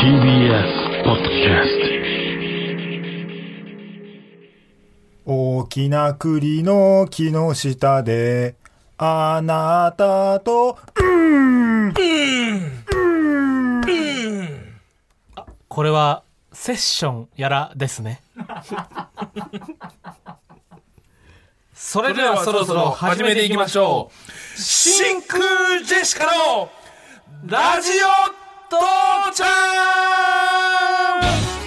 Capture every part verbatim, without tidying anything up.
ティービーエス ポッドキャスト。大きな栗の木の下であなたとうーんうーんあ、これはセッションやらですね。それではそろそろ始めていきましょう。真空ジェシカのラジオ父ちゃん。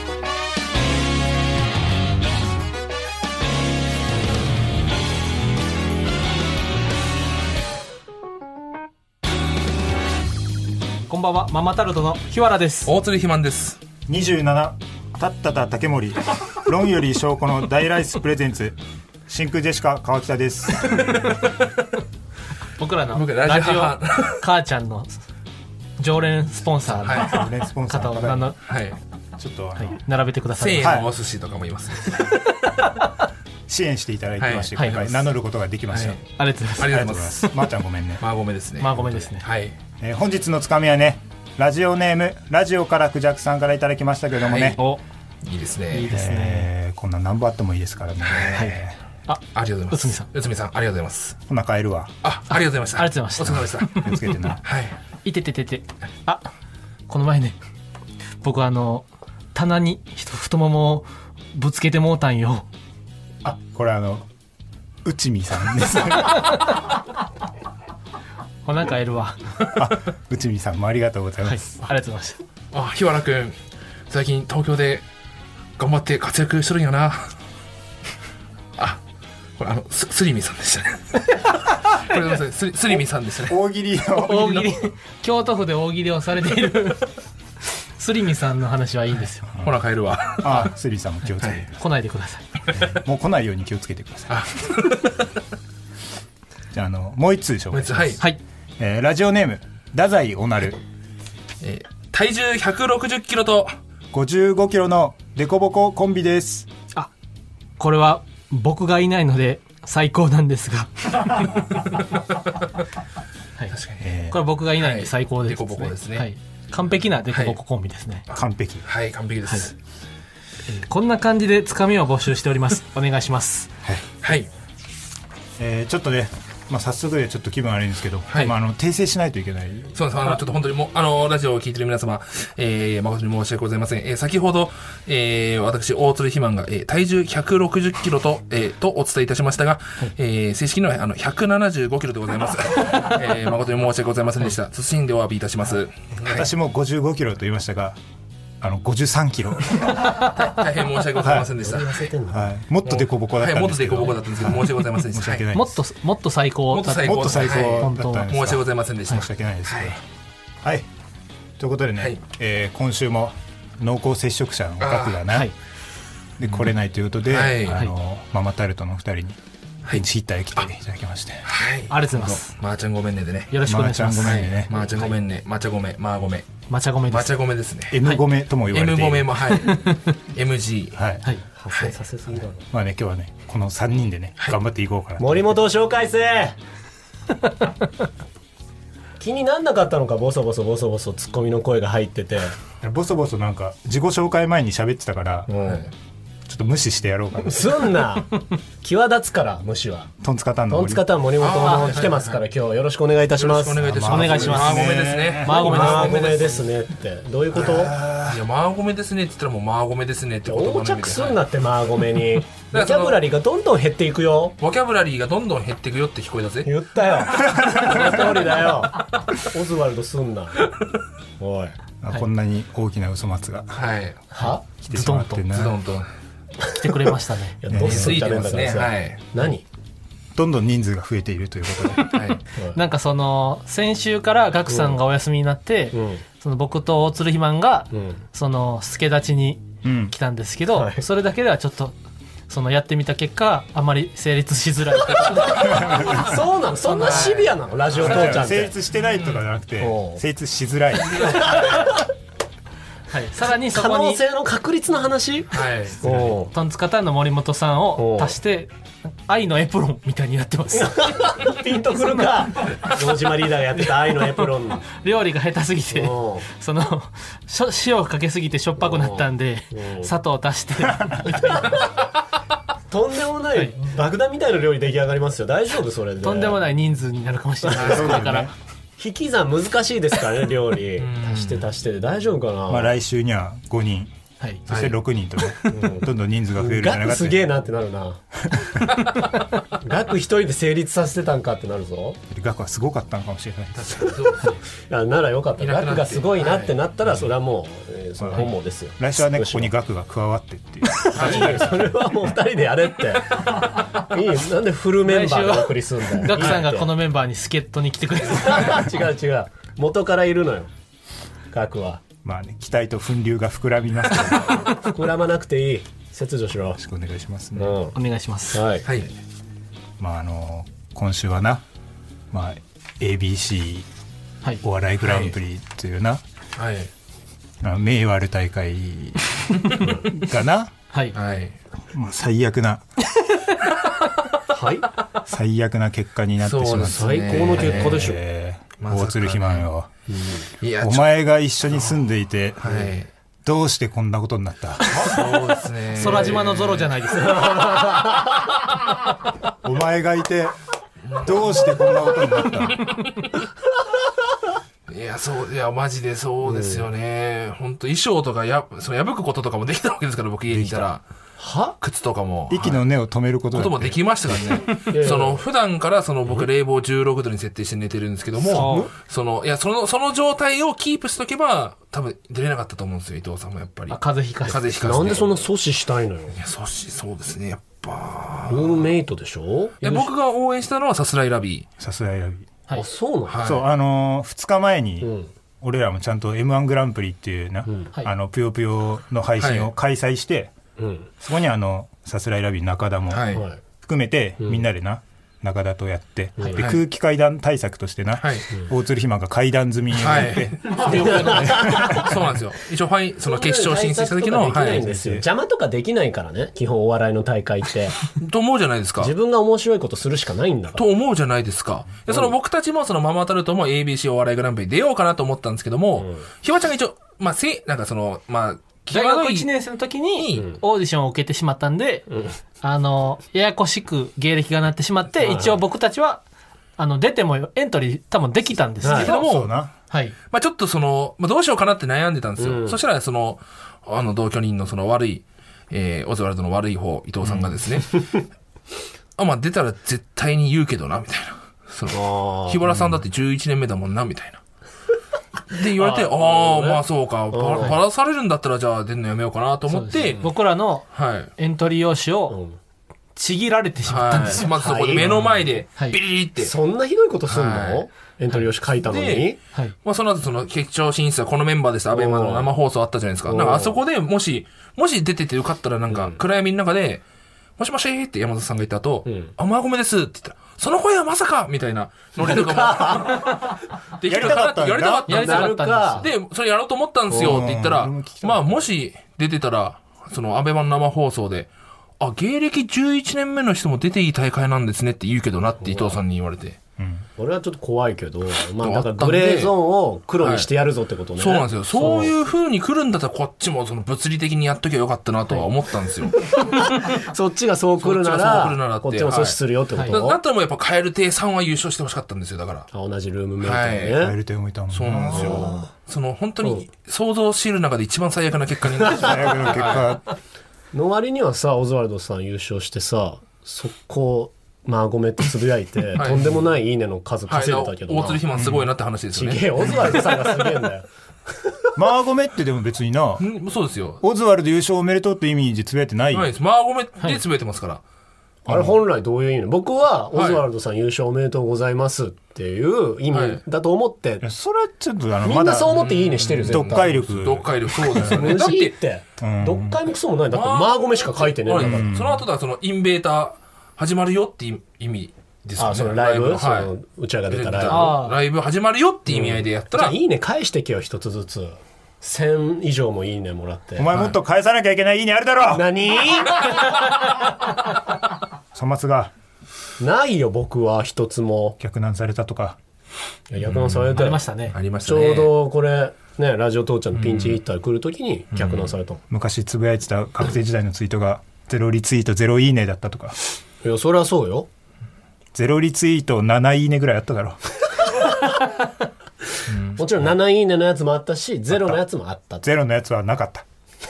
こんばんは、ママタルトの日原です。 大鶴ひまんです。 にじゅうななたったた竹森論より証拠の大ライスプレゼンツ真空ジェシカ川北です。 僕らのラジオ母ちゃんの常連スポンサーの、はい、 常連スポンサーの方の、はい、 ちょっと、はい、 並べてください。 せんえんのお寿司とかもいます、ね、 はい、支援していただいてまして、はい、今回名乗ることができました、はい、 ありがとうございます。 ありがとうございます。まーちゃんごめんね。 まあごめんですね。 まあごめんですね。 はい、 えー、本日のつかみはね、ラジオネームラジオからクジャクさんからいただきましたけどもね、 はい、いいですね。 いいですね、 えー、こんな何本あってもいいですからね、 はい、 あ, ありがとうございます。 内海さん、 内海さんありがとうございます。 ほな帰るわ。 あ、ありがとうございました。 ありがとうございました。 お疲れ様でした。 気をつけてな。 はい。 いてててて、あ、この前ね、僕あの棚に太ももをぶつけてもうたんよ。 あ、これあの内海さんです。 ほな帰るわ。 あ、内海さんもありがとうございます。 はい、ありがとうございました。 あ、日原くん、最近東京で頑張って活躍してるんやな。あ、これあの す, すりみさんでしたね。これす, す, すりみさんでしたね。 大喜利の大喜利、京都府で大喜利をされているすりみさんの話はいいんですよ。 ほら帰るわ。 あ、すりさんも気をつけて、はい、 来ないでください。 もう来ないように気をつけてください。じゃあ、あのもう一通紹介します。 はい、はい、 えー、ラジオネーム太宰おなる、 えー、体重ひゃくろくじゅっキロとごじゅうごキロのデコボココンビです。 あ、これは僕がいないので最高なんですが、はい、確かに、えー、これは僕がいないので最高です、ね、 はい、デコボコですね、 はい、完璧なデコボココンビですね、 はい、完璧、 はい、完璧です、 はい、えー、こんな感じでつかみを募集しております。お願いします。 はい、はい、えー、ちょっとね、まあ、早速でちょっと気分悪いんですけど、はい、まあ、あの訂正しないといけない。 そうです。あのちょっと本当にもうあのラジオを聞いている皆様、えー、誠に申し訳ございません。えー、先ほど、えー、私大鶴ひまんが、えー、体重ひゃくろくじゅっキロと、えー、とお伝えいたしましたが、はい、えー、正式にはあのひゃくななじゅうごキロでございます。えー、誠に申し訳ございませんでした。謹んでお詫びいたします。はい、 私もごじゅうごキロと言いましたが、あのごじゅうさんキロ。 大変申し訳ございませんでした。はいはい、もっとデコボコだったんですけど、 はい、もっとデコボコだったんですけど、申し訳ございませんでした。申し訳ないです。 もっともっと最高もっと最高もっと最高だったんですが、 申し訳ございませんでした。 申し訳ないです。はい、はい、ということでね、はい、えー、今週も濃厚接触者の額がね、はい、で来れないということで、はい、あの、はい、ママタルトのふたりにピンチヒッターへ来ていただきまして、 はい、ありがとうございます。 まーちゃんごめんねでね、 よろしくお願いします。 まーちゃんごめんね、 まーちゃんごめんね、まーちゃんごめん、まーごめん、 まーちゃんごめんです。 まーちゃんごめんですね。 M ごめとも言われている、 M ごめも、はい、エムジー、 はい、 はい、 発生させすぎだろ。 まあね、今日はねこのさんにんでね、はい、頑張っていこうかな。 森本を紹介せ気になんなかったのか、ボソボソボソボソツッコミの声が入ってて、 ボソボソなんか自己紹介前に喋ってたから、うん、ちょっと無視してやろうかな。 すんな際立つから無視は。 トンツカタンのトンツカタン森本も来てますから、今日よろしくお願いいたします。 よろしくお願いいたします。 お願いします。 マーゴメですね。 マーゴメです。 マーゴメですねってどういうこと？いや、マーゴメですねって言ったらもうマーゴメですねって言葉の意味で。 横着すんなってマーゴメに。ボキャブラリーがどんどん減っていくよ。 ボキャブラリーがどんどん減っていくよって聞こえたぜ。 言ったよ。その通りだよ。オズワルドすんな。おい。 あ、こんなに大きな嘘松が、 はい、 は来てしまってな。 ズドンと来てくれましたね。 いや、どうすんじゃねえんだからさ。 はい、 何？ どんどん人数が増えているということで、はい、 なんかその先週からガクさんがお休みになって、うん、その僕と大鶴ひまんが、うん、その助立ちに来たんですけど、うん、はい、それだけではちょっとそのやってみた結果あまり成立しづらい。 そうなの？そんなシビアなの？ラジオ父ちゃんって成立してないとかじゃなくて、うん、成立しづらい。 はい、さらにそ可こに能性の確率の話。 はいおうトンツカタンの森本さんを足して愛のエプロンみたいになってますピンとくるか。堂島リーダーがやってた愛のエプロンの。 料理が下手すぎておうそのしょ塩をかけすぎてしょっぱくなったんでおう砂糖を足してとんでもない爆弾みたいな料理出来上がりますよ。大丈夫それで。 とんでもない人数になるかもしれないですだから引き算難しいですからね料理。足して足してで大丈夫かな。 まあ来週にはごにん、 はい、 そしてろくにんとね、どんどん人数が増えるんじゃないかって。 額すげえなってなるな。額一人で成立させてたんかってなるぞ。 額はすごかったのかもしれない。 あならよかった。 いなくなって額がすごいなってなったらそれはもう、えーその本望ですよ。 来週はねここに額が加わってっていう。 それはもうふたりでやれっていい。なんでフルメンバーでお送りするんだよ。 ガクさんがこののメンバーに助っ人に来てくれる違う違う元からいるのよ額は。 まあね期待と粉流が膨らみますから、よ膨らまなくていい。切除しろ。 ろしくお願いしますね。 うんお願いしますはいはいまああの今週はな、まあ エービーシーはいお笑いグランプリというな、 はいまあ名誉ある大会がな、 はいはいまあ、最悪なはい最悪な結果になってしまって、 そうです最高の結果でしょ。 えーまさかね大鶴ひまんよ、 いやお前が一緒に住んでいて、 はいどうしてこんなことになった。 そうですね空島のゾロじゃないですかお前がいてどうしてこんなことになった。 いやそういやマジでそうですよね本当衣装とかやその破くこととかもできたわけですから僕家にいたらは靴とかも息の根を止めることだってこともできましたからいやいやね。その普段からその僕冷房じゅうろくどに設定して寝てるんですけども、そのいやそのその状態をキープしとけば多分出れなかったと思うんですよ伊藤さんもやっぱり。 あ風邪ひかせ風邪ひかせて。 なんでそんな阻止したいのよ。 いやそうしそうですねやっぱ。 ルームメイトでしょ。 いや僕が応援したのはさすらいラビさすが選び、 はいあそうなの、 はいそうあのー、ふつかまえに、 うん俺らもちゃんと エムワン グランプリっていうな、 んはいあのぷよぷよの配信を開催して、 うんそこにあのさすらいラビー中田もはいはい含めて、 んみんなでな中田とやって、 はいで空気階段対策としてな、 はい大鶴ひまが階段済みになって、 そうなんですよ。一応ファイその決勝進出した時のできなはいいんですよ。邪魔とかできないからね基本お笑いの大会ってと思うじゃないですか。 自分が面白いことするしかないんだから。 と思うじゃないですか。でその僕たちもそのママタルトも エービーシー お笑いグランプリ出ようかなと思ったんですけども、ひわちゃんが一応まあせなんかそのまあ大学いち際どねん生の時にうんオーディションを受けてしまったんで、あのややこしく芸歴がなってしまって、一応僕たちはあの出てもエントリー多分できたんですけども、 そうなはいまあちょっとその、まあ、どうしようかなって悩んでたんですよ。 うんそしたらそのあの同居人のその悪い、えー、オズワルドの悪い方伊藤さんがですね、あまあ出たら絶対に言うけどなみたいな。そのあ日原さんだってじゅういちねんめだもんなみたいな。で言われて、ああ、まあそうか、ばばらされるんだったらじゃあ出るのやめようかなと思って、 僕らのはい。 エントリー用紙うをんちぎられてしまったんですよ。 はい。まずそこで目の前ではいビリリって。 そんなひどいことすんの、 はいエントリー用紙書いたのに、 ではい。 まあその後その決勝進出はこのメンバーです。アベマの生放送あったじゃないですか。 おーなんかあそこでもし、もし出ててよかったらなんか暗闇の中で、もしもしーって山田さんが言った後、 んあ、まあごめですって言ったら、その声はまさかみたいなノリとかも、できるかなってやりたかったやりたんですよ。 かったんですよ。 で、それやろうと思ったんですよって言ったらうん俺も聞きた、いまあもし出てたら、そのアベマの生放送で、あ、芸歴じゅういちねんめの人も出ていい大会なんですねって言うけどなって伊藤さんに言われて。 俺はちょっと怖いけど、まああだからグレーゾーンを黒にしてやるぞってことね、 そうなんですよ。そういう風に来るんだったらこっちもその物理的にやっときゃよかったなとは思ったんですよ。 そっちがそう来るなそっちがそう来るならってらこっちも阻止するよってこと、 だだったらもうやっぱカエル亭さんは優勝してほしかったんですよ、だから。 あ同じルームメイトでね、 はカエル亭もいたもんな。 そうなんですよ。その本当に想像し得る中で一番最悪な結果になって最悪の結果の割にはさオズワルドさん優勝してさ速攻まあごめってつぶやいて、 はいとんでもないいいねの数はい、 稼いでたけどな、 大鶴ひまんすごいなって話ですちよね。 げえオズワルドさんがすげえんだよマーゴメってでも別にな、 うんそうですよ。 オズワルド優勝おめでとうって意味でつぶやいてないよ。 ないです。マーゴメでつぶやいてますから。 あれ本来どういう意味、僕はオズワルドさん優勝おめでとうございますっていう意味だと思って、 いやそれはちょっとあのみまだんなそう思っていいねしてるよ読絶対解力読解力、そうですよね。だっ、 無事っててうん読解もクソもないだってマーゴメしか書いてねえんだから、 その後だそのインベーター始まるよっていう意味ですよね。 あそのライブのはいそのうちらが出たライブあーライブ始まるよって意味合いでやったら、 じゃあいいね返してけよ一つずつせん以上もいいねもらって。 お前もっと返さなきゃいけないいいねあるだろ。 何粗末がないよ僕は一つも。 逆難されたとか。 いや逆難されてありましたね。 ありましたね。 ちょうどこれねラジオ父ちゃんのピンチヒッター来るときに逆難された、うん、 昔つぶやいてた学生時代のツイートがゼロリツイートゼロいいねだったとか。 いやそれはそうよ。 ゼロリツイートなないいねぐらいあっただろうん、もちろんなないいねのやつもあったしゼロのやつもあった。 ゼロのやつはなかった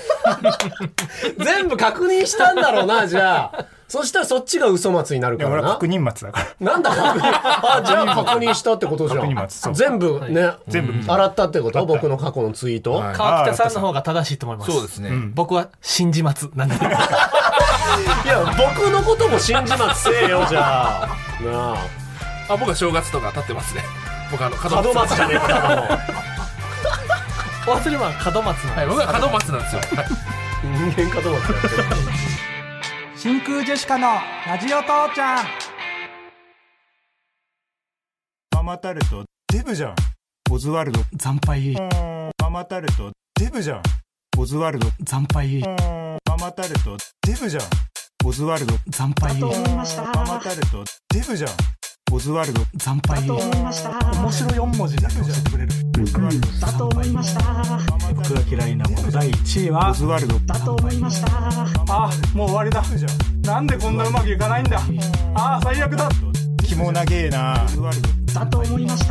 全部確認したんだろうなじゃあ。そしたらそっちが嘘松になるからな。 俺は確認松だからなんだ確認あじゃあ確認したってことじゃん。全部ね、はい、全部洗ったってこと。僕の過去のツイート、はい、 川北さんの方が正しいと思います。 そうですね、うん、 僕は信じ松なんでいや僕のことも信じ松せえよじゃあなあ。 あ僕は正月とか立ってますね。僕あの門松じゃねえかお祭りマン門松なんで、 はい、僕は門松なんですよ人間門松やってる真空ジェシカのラジオ父ちゃん。 ママタルトデブじゃん。オズワルド惨敗。 ママタルトデブじゃん。オズワルド惨敗。 ママタルトデブじゃん。オズワルド惨敗。 ママタルトデブじゃん。オズワルド惨敗。 面白いよん文字だけ教えてくれる。だと思いました。僕が嫌いなものだいいちいはオズワルドだと思いました。あもう終わりだ。なんでこんなうまくいかないんだ。あ最悪だ。 キモ長えな。 だと思いました。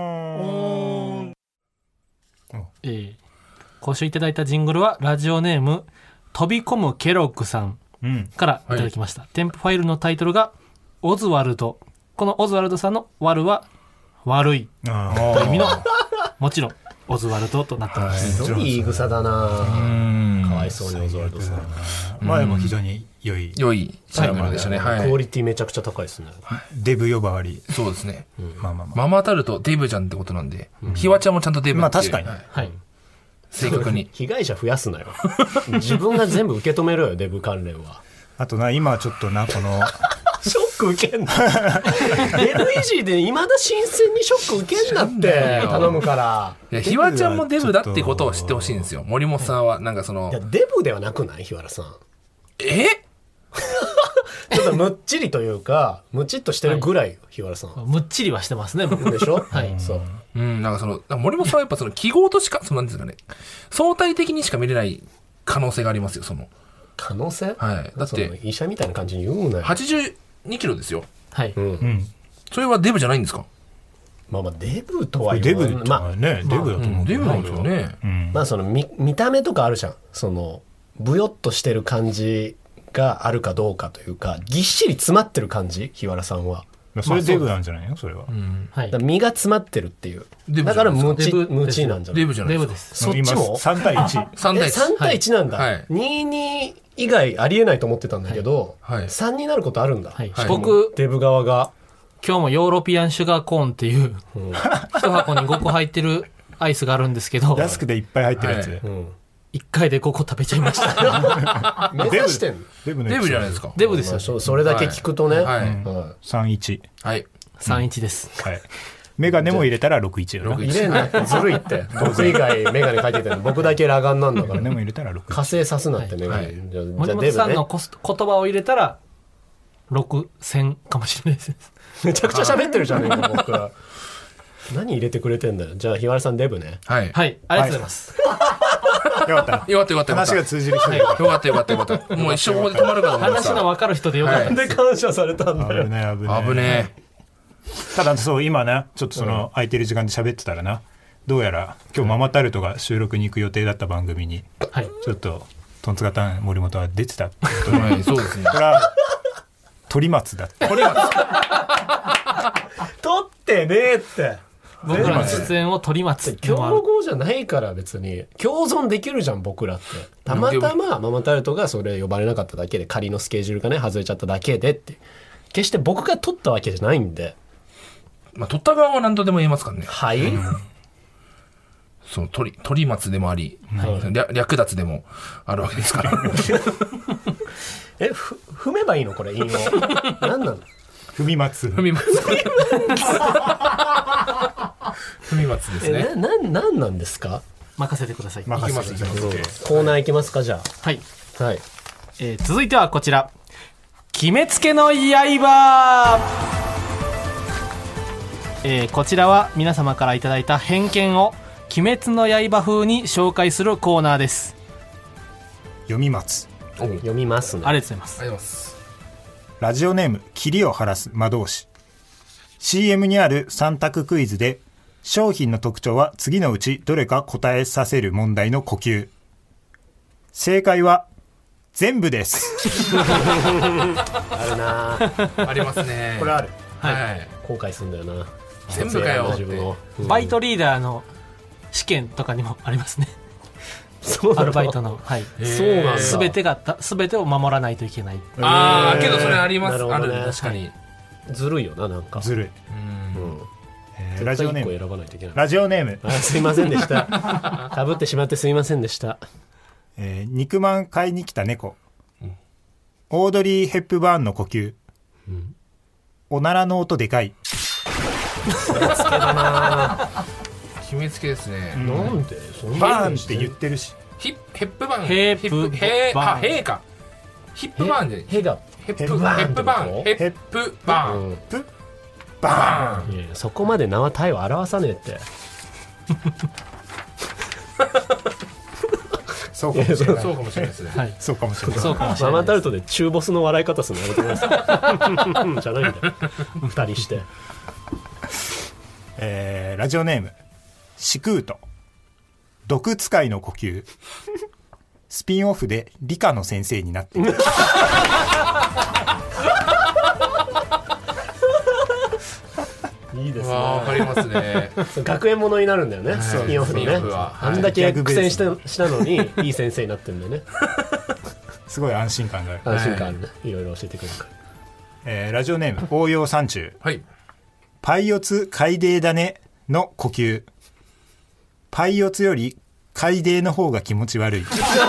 えー、講習いただいたジングルはラジオネーム飛び込むケロッグさんからいただきました、うんはい、添付ファイルのタイトルがオズワルド。このオズワルドさんの悪は悪いという意味のもちろんオズワルドとなってます。 ひどい言い草だな。かわいそうにオズワルドさん。 まあでも非常に良い良いチャンネルでしたね、はい、 クオリティめちゃくちゃ高いですね。 デブ呼ばわり。 そうですね、うん、 まあまあまあママタルトデブじゃんってことなんで、うん、ひわちゃんもちゃんとデブって、 まあ確かに、 はいはい、 正確に被害者増やすなよ自分が全部受け止めろよデブ関連は。 あとな今ちょっとなこのショック受けんなエルイージー でいまだ新鮮にショック受けんなって頼むから。 いやひわちゃんもデブだってことを知ってほしいんですよ。森本さんはなんかそのいやデブではなくない日原さん。 えちょっとむっちりというかむちっとしてるぐらい、はい、日原さんむっちりはしてますねでしょはいそううんなんかその森本さんはやっぱその記号としかそうなんですかね相対的にしか見れない可能性がありますよ。その可能性はいだって医者みたいな感じに言うなよ。 はちじゅうにキロですよ。 はい、うんうん、それはデブじゃないんですか。 まあまあデブとは言わない。デブとはね、まあ、デブだと思う、 うん、デブなんですよね、 うん、まあその 見, 見た目とかあるじゃん。そのブヨっとしてる感じがあるかどうかというかぎっしり詰まってる感じ日原さんは。 それデブなんじゃないのそれは、 うんはい、だ身が詰まってるっていうだからムチムチなんじゃない。 デブじゃないですか。 そっちもさん対いちさん対いちさん対いちなんだ、はい、にたいに以外ありえないと思ってたんだけど、はい、さんになることあるんだ、 はいはい、僕デブ側が今日もヨーロピアンシュガーコーンっていう、うん、いち箱にごこ入ってるアイスがあるんですけど安くていっぱい入ってるやつ、はいうん、 いっかいでごこ食べちゃいました目指してんのデブ、デブじゃないですか。 デブですよ、 まあ、それだけ聞くとね、はいはいうん、さんいちはい、 さんいちです、 うん、はいメガネも入れたらろくいちよな。 入れんなってずるいって僕以外メガネ書いてて僕だけ裸眼なんだから。 メガネも入れたらろくいち火星さすなってメガネ、はい、じゃあ森本さんの言葉を入れたらろくせんかもしれないですめちゃくちゃ喋ってるじゃんね僕は何入れてくれてんだよ。じゃあ日原さんデブね。 はい、はい、ありがとうございます、 はい、よかったよかったよかった話が通じる人でよかったよかったよかったもう一生ここで止まるから話の分かる人でよかった、はい、 で感謝されたんだよ。 危ね危ね危ねただそう今ねちょっとその空いてる時間で喋ってたらなどうやら今日ママタルトが収録に行く予定だった番組にちょっとトンツカタン森本は出てたってことで、 はい、そうですね。 これは鳥松だって鳥松取ってねえって僕らの出演を鳥松競合じゃないから別に共存できるじゃん僕らって。たまたまママタルトがそれ呼ばれなかっただけで仮のスケジュールがね外れちゃっただけでって決して僕が取ったわけじゃないんで。 まあ、取った側は何とでも言えますからね。 はい、うん、 そう鳥鳥松でもあり、はい、略, 略奪でもあるわけですからえふ踏めばいいのこれ韻を何なの踏み松踏み松踏み松ですね。 えなななんなんですか。 任せてください。 任せて行きます行きます。 コーナー行きますか、じゃはい、 あ。はい。 えー、続いてはこちら、決めつけの刃。えー、こちらは皆様からいただいた偏見を鬼滅の刃風に紹介するコーナーです。 読みます読みますね。 ありがとうございます。 ありがとうございます。 ラジオネーム霧を晴らす魔導士。 シーエム にあるさん択クイズで商品の特徴は次のうちどれか答えさせる問題の呼吸。正解は全部です。 あるなありますね。 これある。 はい、はい、 後悔するんだよな。 全部かよって。 うん、 バイトリーダーの試験とかにもありますね。 そうアルバイトの、はい、 そうなんだ。 全てが全てを守らないといけない。 ああ、けどそれあります。 ね、 ある、確かに、はい。 ずるいよな、なんか。 ずるい。 うん。 えー、ラジオネーム。 選ばないといけない。 ラジオネーム。 あ、すいませんでした。かぶってしまってすいませんでした。 えー、肉まん買いに来た猫。うん、オードリー・ヘップバーンの呼吸。うん、おならの音でかい。 決めつけだな。 決めつけですね。 うん、なんでそんなバーンって言ってるし。 ヒッヘップバーン。 ヘップヘー、あ、ヘーか。ヒップバーンで。 ヘが。 ヘップバーン。ヘップバーン。ヘップバーン。 プバーン。 いやいや、そこまで名は体を表さねえって。 そうかもしれない。 そうかもしれないですね。はい。 そうかもしれない。 そうかもしれない。 ママタルトで中ボスの笑い方するのやめてください。じゃないんだよ。二人して。 えー、ラジオネームシクート。毒使いの呼吸。スピンオフで理科の先生になっている。 いいですね。 わかりますね。 学園ものになるんだよね、スピンオフのね。あんだけ苦戦したしたのにいい先生になってるんだよね。 すごい安心感がある。 安心感あるね。いろいろ教えてくれるから。 えー、ラジオネーム応用山中。 はい。 パイオツ海底だねの呼吸。パイオツより海底の方が気持ち悪い。 確か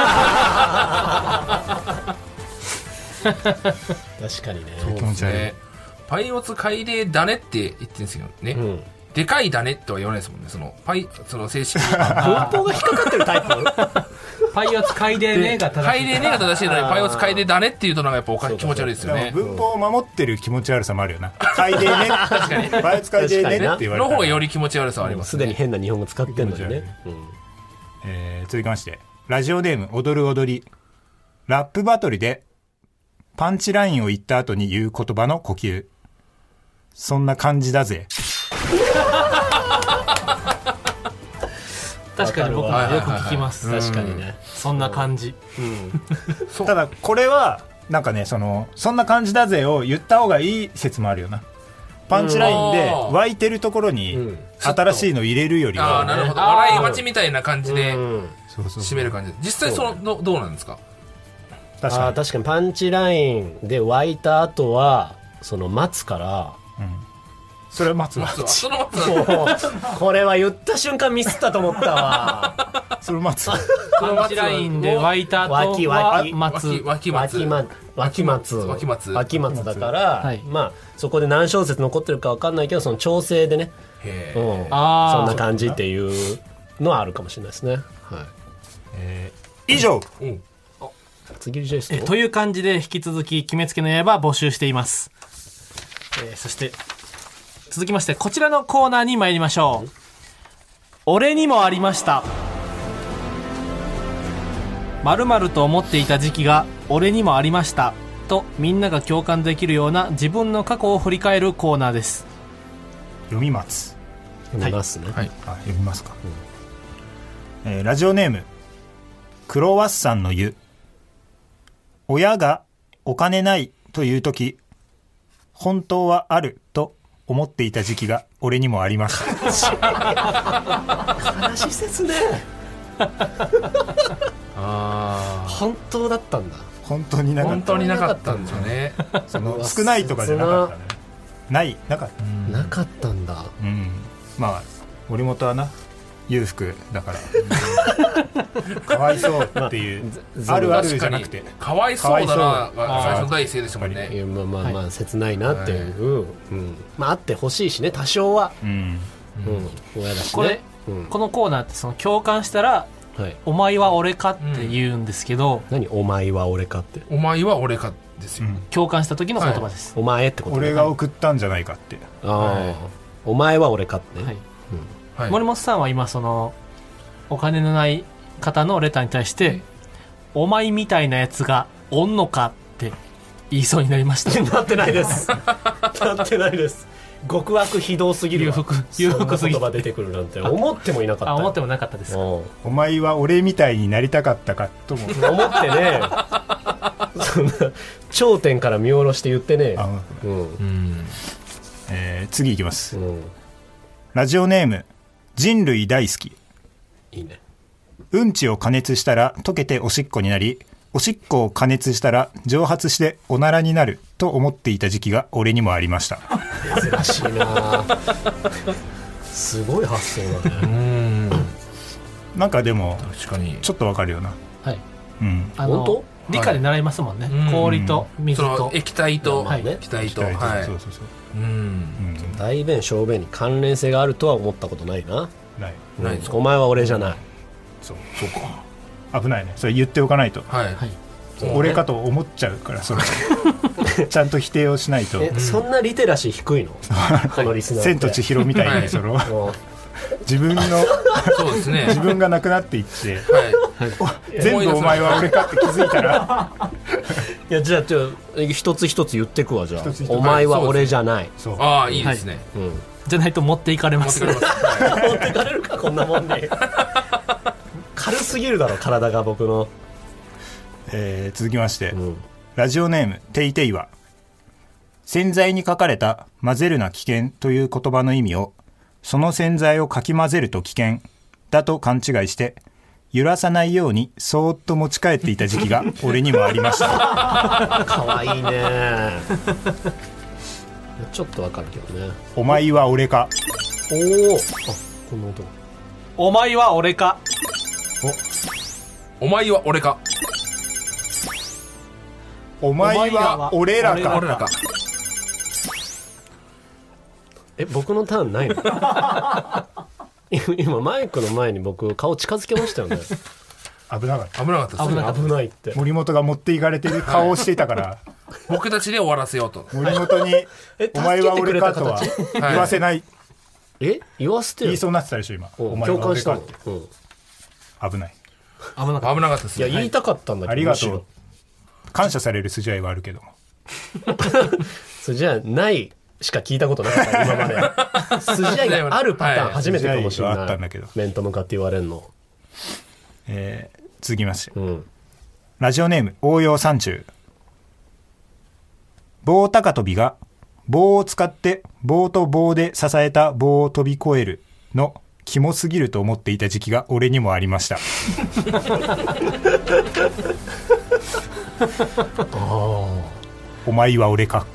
にね。 気持ち悪い。 パイオツ海底だねって言ってるんですけどね、うん、でかいだねとは言わないですもんね。そのパイその正式に文法が引っかかってるタイプ。 パイオツ海底ねが正しい。 海底ねが正しいのにパイオツ海底だねっていうとなんかやっぱおか気持ち悪いですよね。 文法を守ってる気持ち悪さもあるよな。海底ね。確かに。パイオツ海底ねって言われたの方がより気持ち悪さはありますね。 すでに変な日本語使ってんのにね。うん、 えー、続きましてラジオネーム踊る踊り。ラップバトルでパンチラインを言った後に言う言葉の呼吸。そんな感じだぜ。 確かに僕もよく聞きます。 確かにね。 そんな感じ。 うん、ただこれはなんかね、そのそんな感じだぜを言った方がいい説もあるよな。パンチラインで湧いてるところに新しいの入れるよりは、 ああなるほど。笑い待ちみたいな感じで締める感じ。実際そのどうなんですか。 確かに確かにパンチラインで湧いた後はその待つから。うん、 それは待つわ。 その待つこれは言った瞬間ミスったと思ったわ。 それ待つ。 パンチラインで湧いた後は待つ。 脇待つ。 脇待つ。 脇待つ。 脇待つだから、はい、まあそこで何小節残ってるか分かんないけど、その調整でね、へー、うん、あそんな感じっていうのはあるかもしれないですね。はい。 えー、以上。うん、 次ジェストという感じで引き続き決めつけの刃募集しています。えー、そして続きましてこちらのコーナーに参りましょう。俺にもありました。〇〇と思っていた時期が俺にもありましたとみんなが共感できるような自分の過去を振り返るコーナーです。 読みます読みますね、 はいはい、あ読みますか、うんえー、ラジオネームクロワッサンの湯。親がお金ないというとき本当はあると思っていた時期が俺にもありました。 悲しい説ね。 あ本当だったんだ。 本当になかった。 本当になかったんですよね。 その少ないとかじゃなかったね。ないなかった、 うん、なかったんだ。 うん、まあ森本はな裕福だからかわいそうっていう、まあ、あるあるじゃなくてかわいそうだなが最初の第一声でしたもんね。 いやまあまあまあ、はい、切ないなっていう、はいうん、まああってほしいしね多少は、うんうん、親だしね。 これうん、このコーナーってその共感したら、はい、お前は俺かって言うんですけど、うん、 何お前は俺かって。 お前は俺かですよ、うん、 共感した時の言葉です、 はい、お前ってこと、ね、 俺が送ったんじゃないかって。あ、 はい、お前は俺かってね、はいうんはい、森本さんは今そのお金のない方のレターに対して、お前みたいなやつがおんのかって言いそうになりました。 なってないですなってないです。極悪非道すぎる。 裕福裕福すぎる。 言葉出てくるなんて思ってもいなかった。 あ、思ってもなかったですか。 お前は俺みたいになりたかったかとも思ってねそんな頂点から見下ろして言ってね。あ、うん、 うんえー、次いきます、うん、ラジオネーム人類大好き。 いいね。 うんちを加熱したら溶けておしっこになり、おしっこを加熱したら蒸発しておならになると思っていた時期が俺にもありました。 珍しいなすごい発想だね。うんなんかでも確かにちょっとわかるよな。 はい、 うん、 あの本当理科で習いますもんね、はい、氷と水とその液体と、 はい、 液体と、はい、そうそうそう、 うん、大便小便に関連性があるとは思ったことないな。 ない、 うん、ないですか。お前は俺じゃない。 そうそうか、危ないね。それ言っておかないと、はい、俺かと思っちゃうから、それちゃんと否定をしないと。 え、そんなリテラシー低いのこのリスナーって。 千と千尋みたいにその自分のそうですね、 自分がなくなっていって、はい、全部お前は俺かって気づいたらいやじゃあちょ一つ一つ言ってくわ。じゃあお前は俺じゃない、 そう、ああいいですね、はい、うん、 じゃないと持っていかれます。 持っていかれるかこんなもんね軽すぎるだろ体が僕の、 えー、続きまして、うん、ラジオネームテイテイは、洗剤に書かれた混ぜるな危険という言葉の意味を、その洗剤をかき混ぜると危険だと勘違いして揺らさないようにそーっと持ち帰っていた時期が俺にもありました。 かわいいねちょっとわかるけどね。 お前は俺か。 おお、あ、こんな音。 お前は俺か。 おお前は俺か。 お前は俺らか。俺らか。 え、僕のターンないの今マイクの前に僕顔近づけましたよね。 危なかった危なかったですね。危ない危ないって森本が持っていかれてる顔をしていたから、はい、 僕たちで終わらせようと森本にお前は俺かとは言わせない。 え、言わせてる。 言いそうになってたでしょ今。 お前は俺かって。うん、 危ない危なかった。危なかったですね。 いや言いたかったんだけど、 ありがとう。感謝される筋合いはあるけども筋合いないしか聞いたことなかった今まで。筋合いがあるパターン初めてかもしれない。 あったんだけど、 面と向かって言われるの。 えー、続きまして、うん、ラジオネーム応用山中。棒高跳びが棒を使って棒と棒で支えた棒を飛び越えるのキモすぎると思っていた時期が俺にもありました。あ、お前は俺か。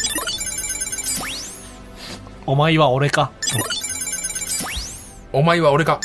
お前は俺か。 お前は俺か。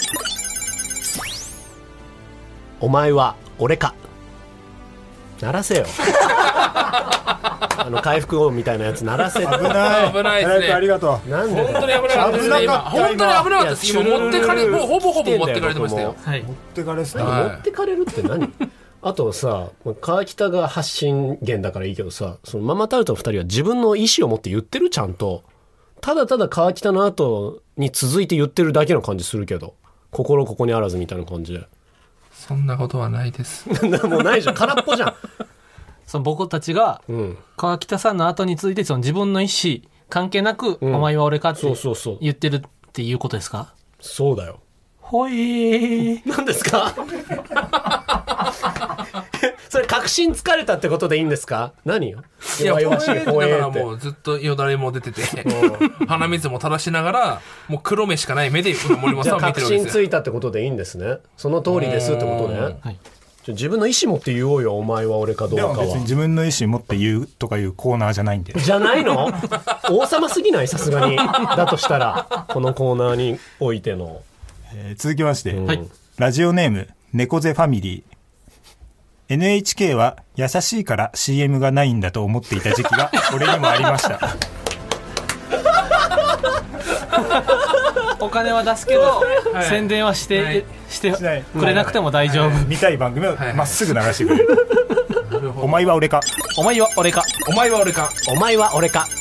お前は俺か。鳴らせよ。あの回復音みたいなやつ鳴らせ。危ない危ないですね。 ありがとう。なんで本当に危なかったですね。今本当に危なかったです。今持ってかれ、もうほぼほぼ持ってかれてましたよ。 はい、持ってかれてた。 持ってかれるって何？あとさ、川北が発信源だからいいけどさ、そのママタルトのふたりは自分の意思を持って言ってるちゃんと。ただただ川北の後に続いて言ってるだけの感じするけど、心ここにあらずみたいな感じで。 そんなことはないです。 もうないじゃん、空っぽじゃん。 その僕たちが川北さんの後についてその自分の意思関係なく、うん、お前は俺かって言ってるっていうことですか？ そうだよ。 ほえー。 何ですか？それ確信つかれたってことでいいんですか？何よ。 いや、弱々しいほえーってだからもうずっとよだれも出てて鼻水も垂らしながらもう黒目しかない目で森本さんを見てるわけですよ。 確信ついたってことでいいんですね。その通りですってことね。はい、自分の意思持って言おうよ。お前は俺かどうかは。 でも別に自分の意思持って言うとかいうコーナーじゃないんで。 じゃないの？王様すぎない？さすがに。だとしたらこのコーナーにおいての、 えー、続きまして、うん、ラジオネーム猫背ファミリー。エヌエイチケー は優しいから シーエム がないんだと思っていた時期が俺にもありました。 お金は出すけど、はい、宣伝はして、はい、してくれなくても大丈夫、はいはい、 見たい番組をまっすぐ流してくれる、はいはい、お前は俺かお前は俺かお前は俺かお前は俺か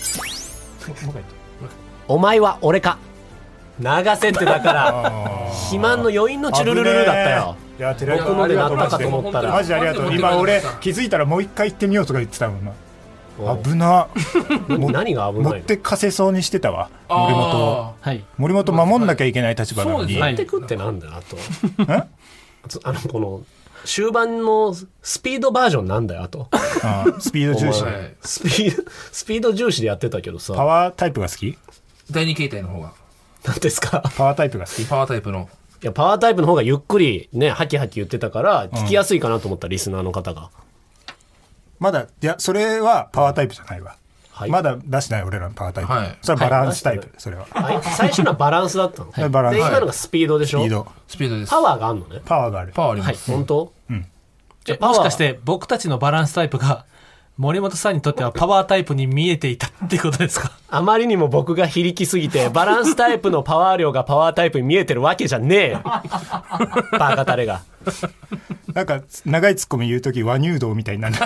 お前は俺か流せってだから肥満の余韻のチュルルルルだったよ。 いやテレビ僕までなったかと思ったらマジありがとう。今俺気づいたらもう一回行ってみようとか言ってたもんな。危な何が危ないの。 持ってかせそうにしてたわ森本を、はい、森本守んなきゃいけない立場なのに持ってくってなんだよ。あとあのこの終盤のスピードバージョンなんだよ。あとあスピード重視スピードスピード重視でやってたけどさ。 パワータイプが好き。 だいに形態の方が何ですか。 パワータイプが好き。 パワータイプのいやパワータイプの方がゆっくりねハキハキ言ってたから聞きやすいかなと思った、うん、リスナーの方がまだいやそれはパワータイプじゃないわ、はい、まだ出してない俺らのパワータイプ、はい、それはバランスタイプ、はい、それは、はい、 最初のはバランスだったの、はい、バランスで今のがスピードでしょ。 スピードスピードです。 パワーがあるのね。 パワーがある。 パワーあります、 はい、本当、 うん、 じゃもしかして僕たちのバランスタイプが森本さんにとってはパワータイプに見えていたってことですか。 あまりにも僕が非力すぎてバランスタイプのパワー量がパワータイプに見えてるわけじゃねえよバカタレが。 なんか長いツッコミ言うとき和乳道みたいになる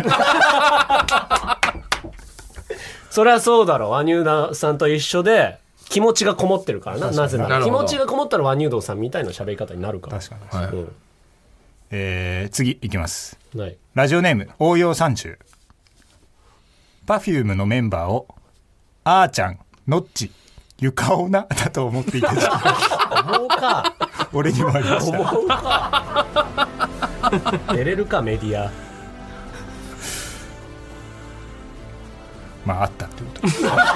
それはそうだろう。和乳道さんと一緒で気持ちがこもってるからな。なぜなら気持ちがこもったら和乳道さんみたいな喋り方になるから。 確かに、はい、うん、えー、次いきます、 はい、 ラジオネーム応用山中。パフュームのメンバーをあーちゃん、のっち、ゆかおなだと思っていた時期思うか俺にもありました。 思うか出れるかメディア。 まああったってこと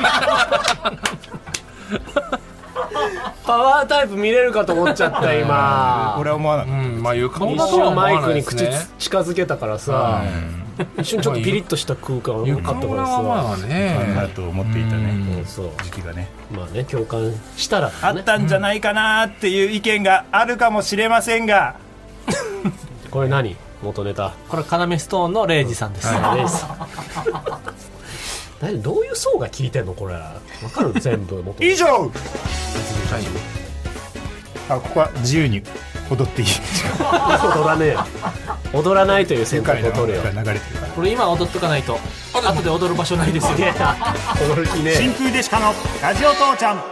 パワータイプ見れるかと思っちゃった今。 俺は思わなかった、 うんまあ、ゆかお一なとは瞬マイクに思わないですね。 口近づけたからさ、一瞬ちょっとピリッとした空間が多かったからさ、 まあねだと思っていたね、 うん、そう時期がね、 まあね共感したら、ね、 あったんじゃないかなっていう意見があるかもしれませんがこれ何元ネタ。 これカナメストーンのレイジさんです、 はい、レイジさん何どういう層が聞いてんのこれ分かる全部元以上、はい、あここは自由に踊っていい踊らねえよ。踊らないという選択を取るよ。 流れてるからこれ今踊っとかないと後で踊る場所ないですよ。 踊る気ねえ。 真空デシカのラジオ父ちゃん。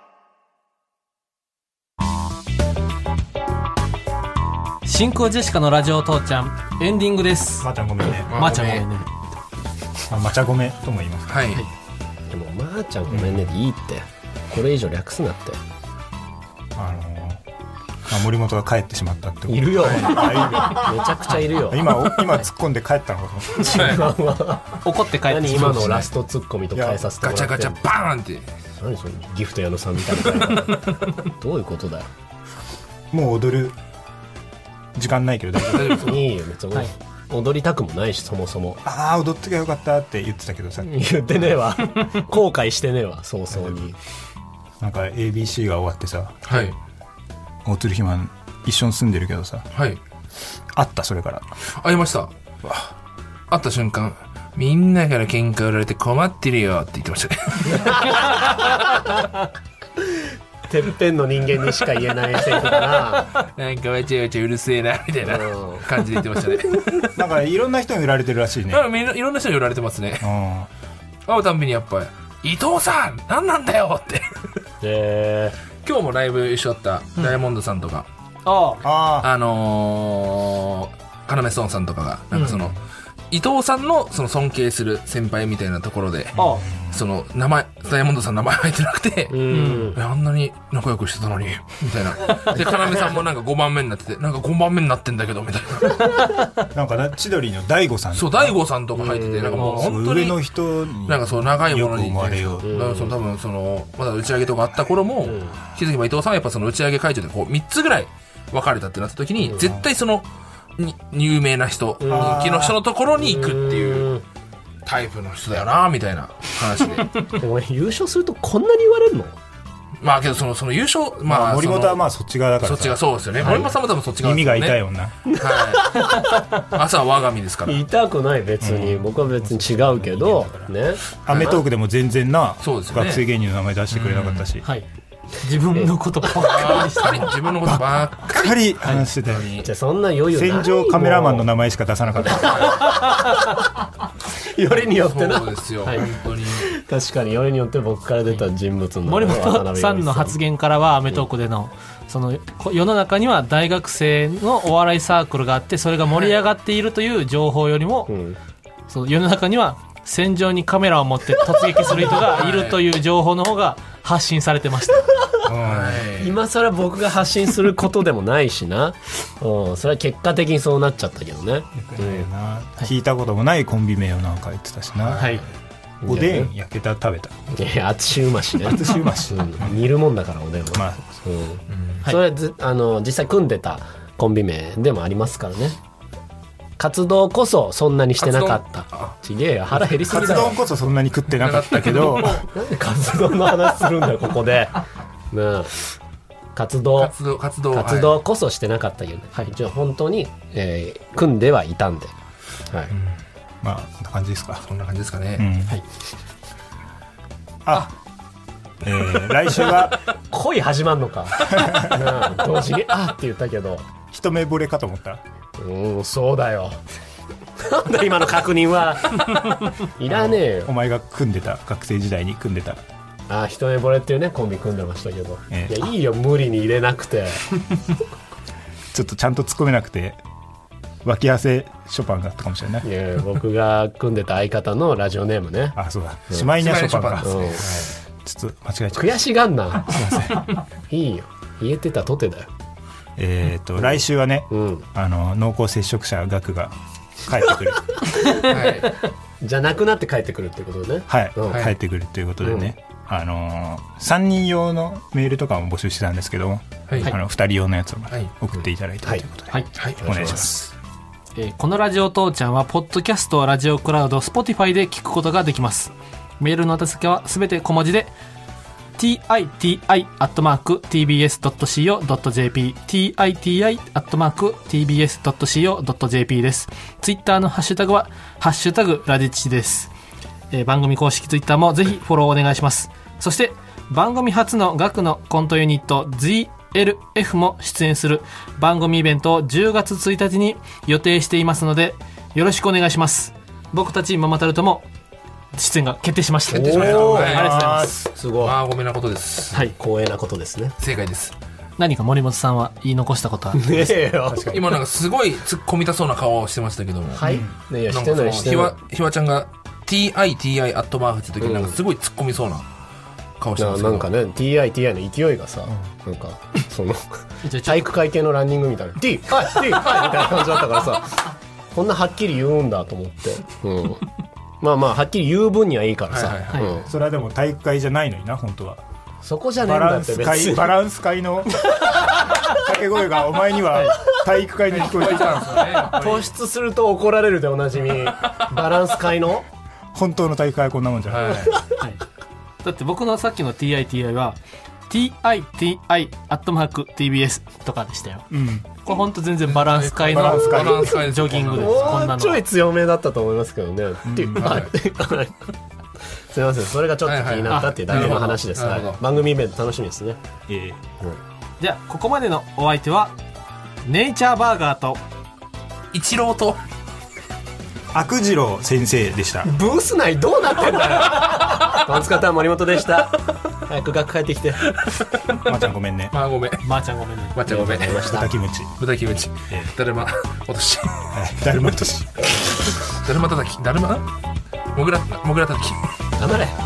真空ジェシカのラジオ父ちゃんエンディングです。 まーちゃんごめんね。 まーちゃんごめんね。 まちゃごめとも言います。 はい、はい、 でもまーちゃんごめんねでいいって、これ以上略すなって。 あのーあ森本が帰ってしまったってこといるよめちゃくちゃいるよ。 今今突っ込んで帰ったのかと怒って帰ってしまった。 何今のラストツッコミと変えさせてもらって。 ガチャガチャバーンって。 何それギフト矢野さんみたいなどういうことだよ。 もう踊る時間ないけど大丈夫。 いいよ別に、はい、踊りたくもないしそもそも。 ああ踊ってきゃよかったって言ってたけどさっき言ってねえわ後悔してねえわ早々に。 なんか エービーシー が終わってさ、 はい、 大鶴ひまん一緒に住んでるけどさ、 はい、 あったそれから会いました。会った瞬間みんなから喧嘩売られて困ってるよって言ってましたねてっぺんの人間にしか言えないセリフだななんかわちゃわちゃうるせえなみたいな感じで言ってましたねなんかいろんな人に売られてるらしいね。 いろんな人に売られてますね。会うたんびにやっぱり伊藤さん何なんだよってへー今日もライブ一緒だったダイヤモンドさんとか、 うん、あああのー、カナメストーンさんとかがなんかその、うん、伊藤さんのその尊敬する先輩みたいなところで、うん、その名前ダイヤモンドさんの名前入ってなくて、うん、あんなに仲良くしてたのにみたいなでカナメさんもなんかごばんめになっててなんかごばんめになってんだけどみたいななんかな千鳥の大悟さんそう大悟さんとか入っててなんかもう本当に上の人になんかそう長いものに思われよう。 だからその多分そのまだ打ち上げとかあった頃も、うん、気づけば伊藤さんはやっぱその打ち上げ会場でこうみっつぐらい分かれたってなった時に、うん、絶対そのに有名な人人気の人のところに行くっていうタイプの人だよなみたいな話ででも優勝するとこんなに言われるの。 まあけどそのその優勝、まあ、 まあ森本はまあそっち側だからそっちがそうですよね、はい、森本さんも多分そっち側、 ね、耳が痛い女、はい、 朝は我が身ですから痛くない別に、うん、僕は別に違うけどね。 アメトークでも全然な、 そうですよね、 学生芸人の名前出してくれなかったし、 うんはい、 自分のことばっかりして自分のことばっかり話してたよ、 じゃあそんな余裕ない戦場カメラマンの名前しか出さなかったよりによってな。 そうですよ、 はい、 本当に確かによりによって僕から出た人物の森本さんの発言からはアメトークでの、その世の中には大学生のお笑いサークルがあってそれが盛り上がっているという情報よりも、うん、その世の中には戦場にカメラを持って突撃する人がいるという情報の方が発信されてました、 はい、今更僕が発信することでもないしな、うん、それは結果的にそうなっちゃったけどね、うん、 聞いたこともないコンビ名をなんか言ってたしな、はい、おでん焼けた食べた、 いや厚うましね厚うまし、 うん、煮るもんだからおでんは、まあうんうんはい、それずあの実際組んでたコンビ名でもありますからね。活動こそそんなにしてなかった。ちげえよ、腹減りすぎだよ。 活動こそそんなに食ってなかったけどなんで活動の話するんだよここで、ね、活動活動活動活動こそしてなかったけど、ねはい、一応本当に、えー、組んではいたんで、はい、うん、 まあこんな感じですか。 そんな感じですかね、 うんはい、あえー、来週は恋始まんのかなあ同時にあって言ったけど一目惚れかと思った。 うんそうだよなんだ今の確認はいらねえよ。 お前が組んでた学生時代に組んでたあ一目惚れっていうねコンビ組んでましたけど、えー、いやいいよ無理に入れなくてちょっとちゃんと突っ込めなくて脇汗ショパンだったかもしれない。 いや僕が組んでた相方のラジオネームねあそうだしまいにゃショパンか、うんはい、ちょっと間違えちゃった。 悔しがんなすいませんいいよ言えてたとてだよ。 えーと来週はね、うん、あの濃厚接触者学が帰ってくる、 はい、じゃなくなって帰ってくるってことね。 はい、うん、帰ってくるということでね、うん、あのー、さんにん用のメールとかも募集してたんですけども、はい、あのふたり用のやつを送っていただいたということで、はいはいはい、お願いします。 えー、このラジオ父ちゃんはポッドキャスト、ラジオクラウド、Spotify で聞くことができます。メールの宛先はすべて小文字でティーアイティーアイ アットマーク ティービーエスドットシーオードットジェーピー ティーアイティーアイ アットマーク ティービーエスドットシーオードットジェーピー です。ツイッターのハッシュタグはハッシュタグラジチです。えー、番組公式ツイッターもぜひフォローお願いします。そして番組初の学のコントユニット ゼットエルエフ も出演する番組イベントをじゅうがつついたちに予定していますのでよろしくお願いします。僕たちママタルトも出演が決定しました。決定しました。はい、ありがとうございます。 すごい。 まあごめんなことです。 はい。 光栄なことですね。 正解です。 何か森本さんは言い残したことは？ねえよ。 今なんかすごい突っ込みたそうな顔をしてましたけども。 はい。ねえしてないしてない。 ひわひわちゃんが ティーアイティーアイ アットマークって時になんかすごい突っ込みそうな顔してますけど。 なんかね ティーアイティーアイ の勢いがさ、うん、なんかその体育会系のランニングみたいな ティーアイティーアイ みたいな感じだったからさ、こんなはっきり言うんだと思って。うん。まあまあはっきり言う分にはいいからさ、はいはいはい、 うん、それはでも体育会じゃないのにな本当は。 そこじゃねえんだって別にバランス会の掛け声がお前には体育会に聞こえてきたんですよね。 突出すると怒られるでおなじみバランス会の本当の体育会はこんなもんじゃない、はいはい、 だって僕のさっきの ティーアイティーアイ は ティーアイティーアイ アットマーク ティービーエス とかでしたよ、うん、これ本当全然バランス会のジョギングです。こんなのちょい強めだったと思いますけどね、うん、はい、すいませんそれがちょっと気になったっていうだけの話です、はいはい、番組イベント楽しみですね、えーうん、 じゃあここまでのお相手はネイチャーバーガーとイチローと悪次郎先生でした。 ブース内どうなってんだよパンツカター森本でした。早く学帰ってきて。 まーちゃんごめんね。 まあごめん。 まーちゃんごめんね。 まーちゃんごめんね。 豚キムチ。 豚キムチ。えー、だるま落とし。 だるま落とし。 だるま叩き。だるま？もぐらもぐら叩き。 頑張れ。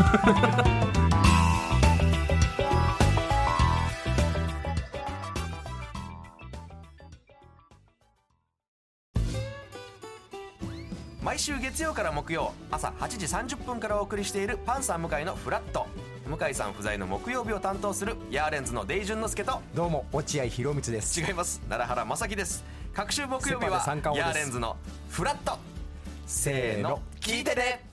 毎週月曜から木曜朝はちじさんじゅっぷんからお送りしているパンサー向井のフラット。向井さん不在の木曜日を担当するヤーレンズのデイジュンの之介と、 どうも落合博満です。 違います、奈良原正樹です。各週木曜日はヤーレンズのフラット。せーの聞いてね。